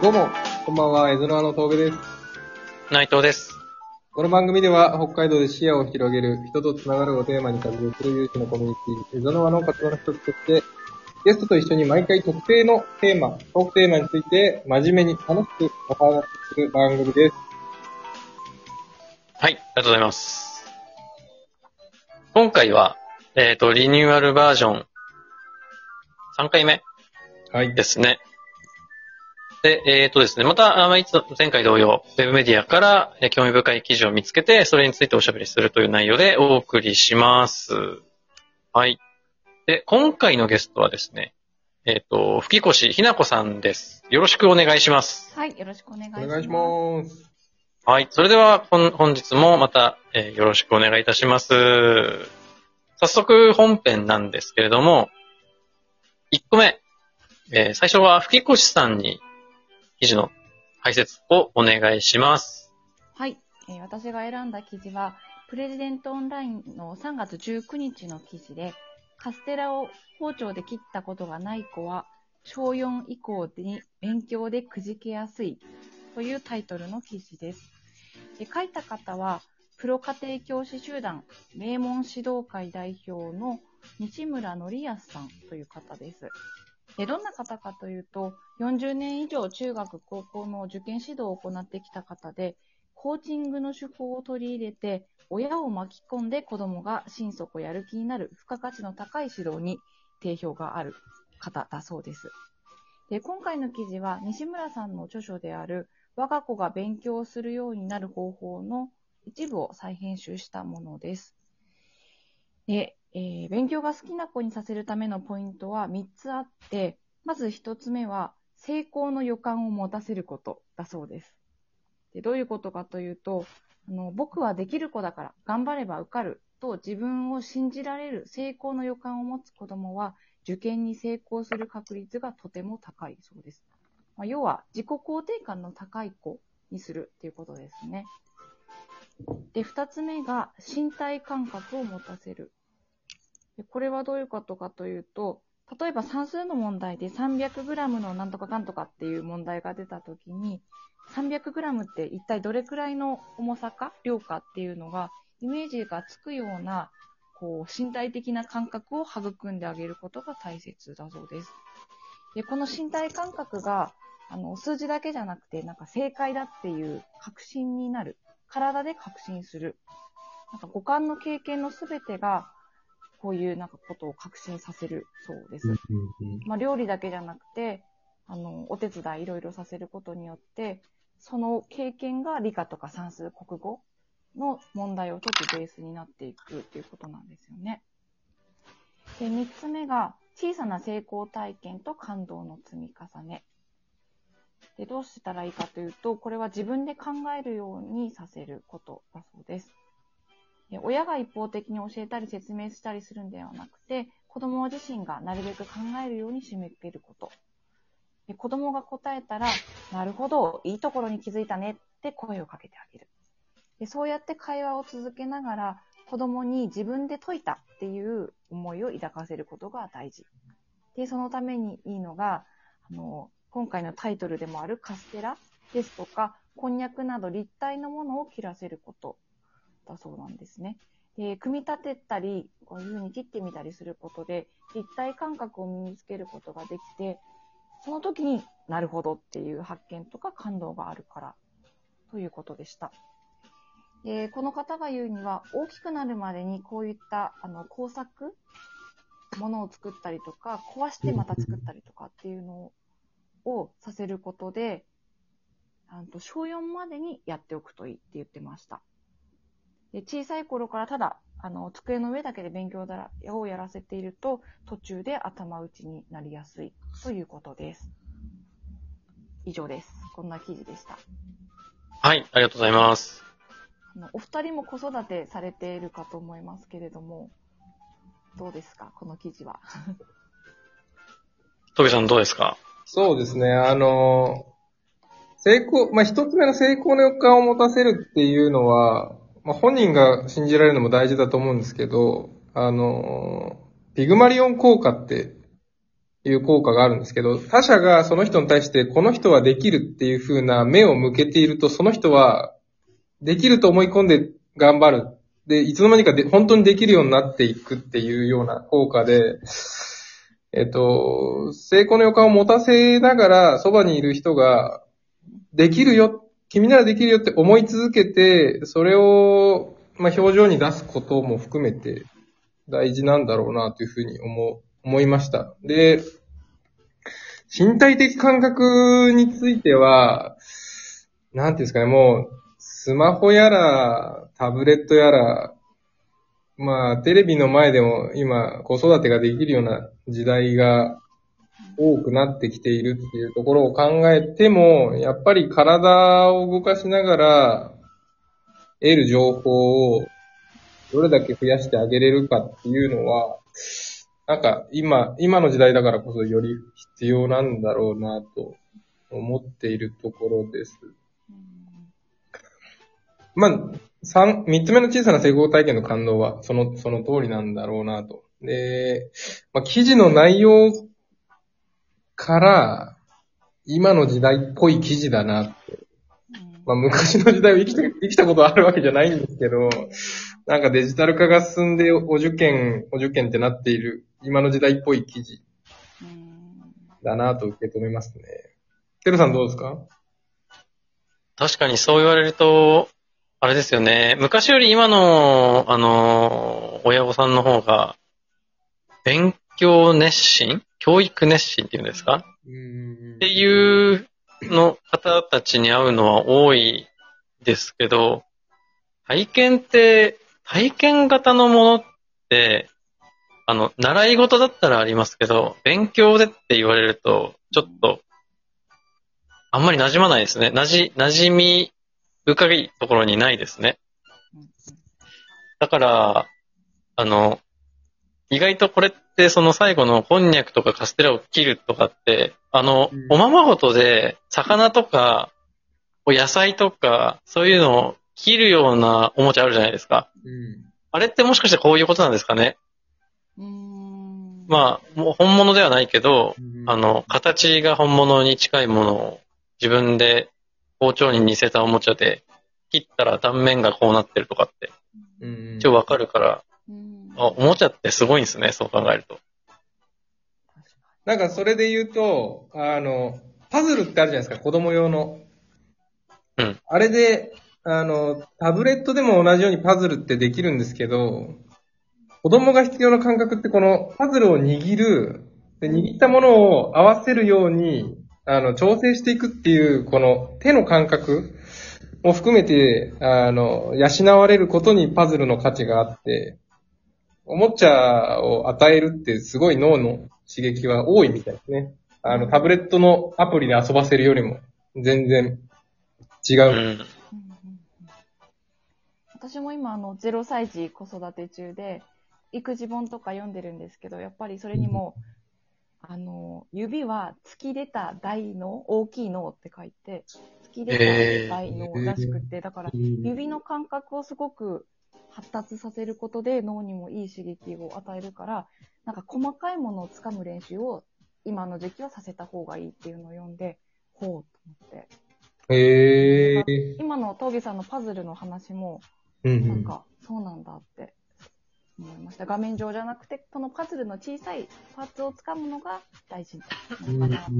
どうも、こんばんは、江戸川の峠です。 内藤です。 この番組では、北海道で視野を広げる、人とつながるをテーマに活動する有志のコミュニティ、江戸川の活動の一つとして、ゲストと一緒に毎回特定のテーマ、トークテーマについて、真面目に楽しくお話しする番組です。 はい、ありがとうございます。今回は、リニューアルバージョン3回目はい。 ですね。で、ですね、また、前回同様、ウェブメディアから、興味深い記事を見つけて、それについておしゃべりするという内容でお送りします。はい。で、今回のゲストはですね、吹越ひなこさんです。よろしくお願いします。 はい、よろしくお願いします。 お願いします。 はい。それでは、本日もまた、よろしくお願いいたします。早速本編なんですけれども、1個目、最初は吹越さんに記事の解説をお願いします。 はい、私が選んだ記事は、プレジデントオンラインの3月19日の記事で、カステラを包丁で切ったことがない子は、小4以降に勉強でくじけやすいというタイトルの記事です。書いた方は、プロ家庭教師集団名門指導会代表の西村則康さんという方です。どんな方かというと、40年以上中学高校の受験指導を行ってきた方で、コーチングの手法を取り入れて、親を巻き込んで子供が心底やる気になる付加価値の高い指導に定評がある方だそうです。で、今回の記事は西村さんの著書である我が子が勉強するようになる方法の一部を再編集したものです。で、勉強が好きな子にさせるためのポイントは3つあって、まず1つ目は成功の予感を持たせることだそうです。で、どういうことかというと、僕はできる子だから頑張れば受かると自分を信じられる成功の予感を持つ子どもは受験に成功する確率がとても高いそうです。要は自己肯定感の高い子にするということですね。で、2つ目が身体感覚を持たせる。で、これはどういうことかというと、例えば算数の問題で 300g のなんとかかんとかっていう問題が出たときに、300g って一体どれくらいの重さか量かっていうのがイメージがつくような身体的な感覚を育んであげることが大切だそうです。で、この身体感覚が数字だけじゃなくて正解だっていう確信になる。体で確信する。五感の経験のすべてがこういうことを確信させるそうです。料理だけじゃなくてお手伝いいろいろさせることによってその経験が理科とか算数、国語の問題を解くベースになっていくということなんですよね。で、3つ目が小さな成功体験と感動の積み重ね。で、どうしたらいいかというと、これは自分で考えるようにさせることだそうです。で、親が一方的に教えたり説明したりするんではなくて、子供自身がなるべく考えるように締め付けること。で、子供が答えたら、なるほど、いいところに気づいたねって声をかけてあげる。で、そうやって会話を続けながら、子供に自分で解いたっていう思いを抱かせることが大事。で、そのためにいいのが、今回のタイトルでもあるカステラですとか、こんにゃくなど立体のものを切らせることだそうなんですね。で、組み立てたり、こういう風に切ってみたりすることで、立体感覚を身につけることができて、その時になるほどっていう発見とか感動があるからということでした。で、この方が言うには、大きくなるまでにこういった工作、ものを作ったりとか、壊してまた作ったりとかっていうのをさせることで、小4までにやっておくといいって言ってました。で、小さい頃からただ机の上だけで勉強をやらせていると途中で頭打ちになりやすいということです。以上です。こんな記事でした。 はい、ありがとうございます。 お二人も子育てされているかと思いますけれども、どうですかこの記事は。 トゲさんどうですか？ そうですね、成功、一つ目の成功の予感を持たせるっていうのは、本人が信じられるのも大事だと思うんですけど、ピグマリオン効果っていう効果があるんですけど、他者がその人に対してこの人はできるっていう風な目を向けていると、その人はできると思い込んで頑張る。で、いつの間にか本当にできるようになっていくっていうような効果で、成功の予感を持たせながらそばにいる人が、できるよ、君ならできるよって思い続けて、それを、表情に出すことも含めて大事なんだろうなというふうに思いました。で、身体的感覚については、なんていうんですかね、もう、スマホやら、タブレットやら、テレビの前でも今、子育てができるような時代が多くなってきているっていうところを考えても、やっぱり体を動かしながら得る情報をどれだけ増やしてあげれるかっていうのは、なんか今の時代だからこそより必要なんだろうなと思っているところです。三つ目の小さな成功体験の感動はその通りなんだろうなと。で、記事の内容から今の時代っぽい記事だなって。昔の時代を生きたことあるわけじゃないんですけど、なんかデジタル化が進んでお受験ってなっている今の時代っぽい記事だなと受け止めますね。テルさんどうですか？ 確かにそう言われると、あれですよね。昔より今の、親御さんの方が、勉強熱心？教育熱心っていうんですか？っていうの方たちに会うのは多いですけど、体験型のものって、習い事だったらありますけど、勉強でって言われると、ちょっと、あんまり馴染まないですね。馴染み深いところにないですね。だから、意外とこれってその最後のこんにゃくとかカステラを切るとかって、おままごとで魚とか、野菜とか、そういうのを切るようなおもちゃあるじゃないですか。あれってもしかしてこういうことなんですかね。もう本物ではないけど、形が本物に近いものを自分で包丁に似せたおもちゃで切ったら断面がこうなってるとかって、一応わかるから、おもちゃってすごいんですね、そう考えると。 なんかそれで言うと、パズルってあるじゃないですか、子供用の。あれで、タブレットでも同じようにパズルってできるんですけど、子供が必要な感覚ってこのパズルを握る、で握ったものを合わせるように、調整していくっていう、この手の感覚も含めて、養われることにパズルの価値があって、おもちゃを与えるってすごい脳の刺激は多いみたいですね。タブレットのアプリで遊ばせるよりも全然違う。 私も今0歳児子育て中で、育児本とか読んでるんですけど、やっぱりそれにも、指は突き出た大脳、大きい脳って書いて、突き出た大脳らしくて、だから指の感覚をすごく発達させることで脳にもいい刺激を与えるから、なんか細かいものをつかむ練習を今の時期はさせた方がいいっていうのを読んで、ほうと思って。今の峠さんのパズルの話も、なんかそうなんだって思いました。画面上じゃなくて、このパズルの小さいパーツをつかむのが大事なのかなって。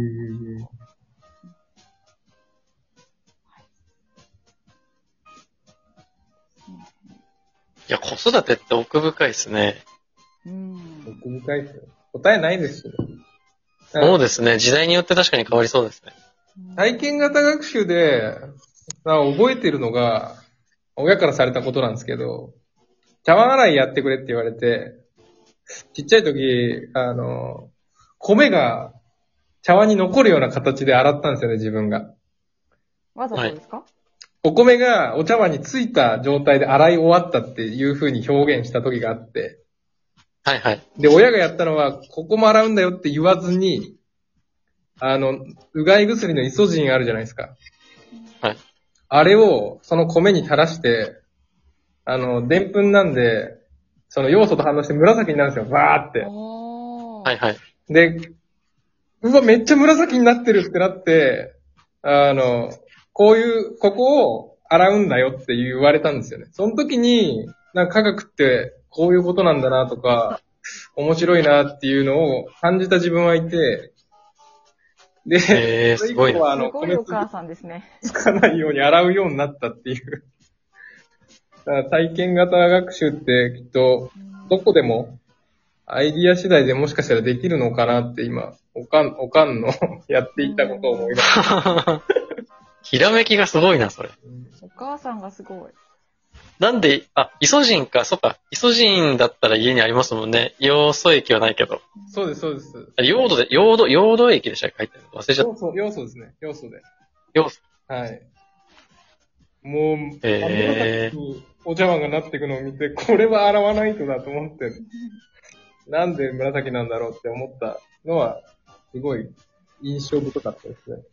いや、子育てって奥深いですね。 奥深いですよ。答えないですよ。 そうですね。時代によって確かに変わりそうですね。 体験型学習で、覚えてるのが、親からされたことなんですけど、茶碗洗いやってくれって言われて、ちっちゃい時、米が茶碗に残るような形で洗ったんですよね、自分が。 わざとですか？ お米がお茶碗についた状態で洗い終わったっていう風に表現した時があって。 はいはい。 で、親がやったのは、ここも洗うんだよって言わずに、うがい薬のイソジンあるじゃないですか。 はい。 あれを、その米に垂らして、でんぷんなんで、その要素と反応して紫になるんですよ、バーって。 はいはい。 で、 うわ、めっちゃ紫になってるってなって、ここを洗うんだよって言われたんですよね。その時に、なんか科学ってこういうことなんだなとか、面白いなっていうのを感じた自分はいて、で、それ以すごいな。 降はすごい米お母さんですね。 つかないように洗うようになったっていう。だから体験型学習ってきっと、どこでも、アイディア次第でもしかしたらできるのかなって今、おかんのやっていたことを思い出しひらめきがすごいな、それ。 お母さんがすごい。 なんで、イソジンか、そっか。イソジンだったら家にありますもんね。ヨウ素液はないけど。 そうです、そうです。 ヨード液でしたっけ書いてあるの忘れちゃった。 要素ですね。要素で。 ヨウ素。 はい。もう、 へ紫にお茶碗がなっていくのを見て、これは洗わないとだと思って、なんで紫なんだろうって思ったのは、すごい印象深かったですね。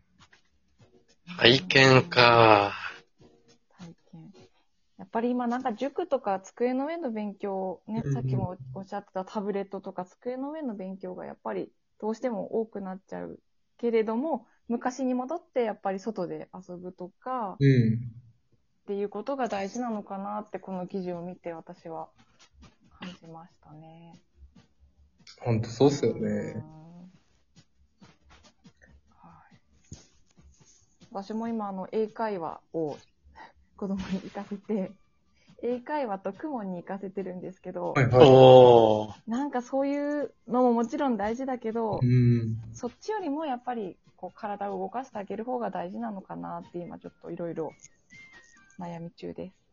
体験か。 体験。やっぱり今なんか塾とか机の上の勉強、ね、さっきもおっしゃってたタブレットとか机の上の勉強がやっぱりどうしても多くなっちゃうけれども、昔に戻ってやっぱり外で遊ぶとか、っていうことが大事なのかなってこの記事を見て私は感じましたね。 ほんとそうっすよね。 はい、私も今英会話を子供に行かせて、英会話と公文に行かせてるんですけど、 はいはい。 おー。 なんかそういうのももちろん大事だけど、そっちよりもやっぱりこう体を動かしてあげる方が大事なのかなって今ちょっといろいろ悩み中です。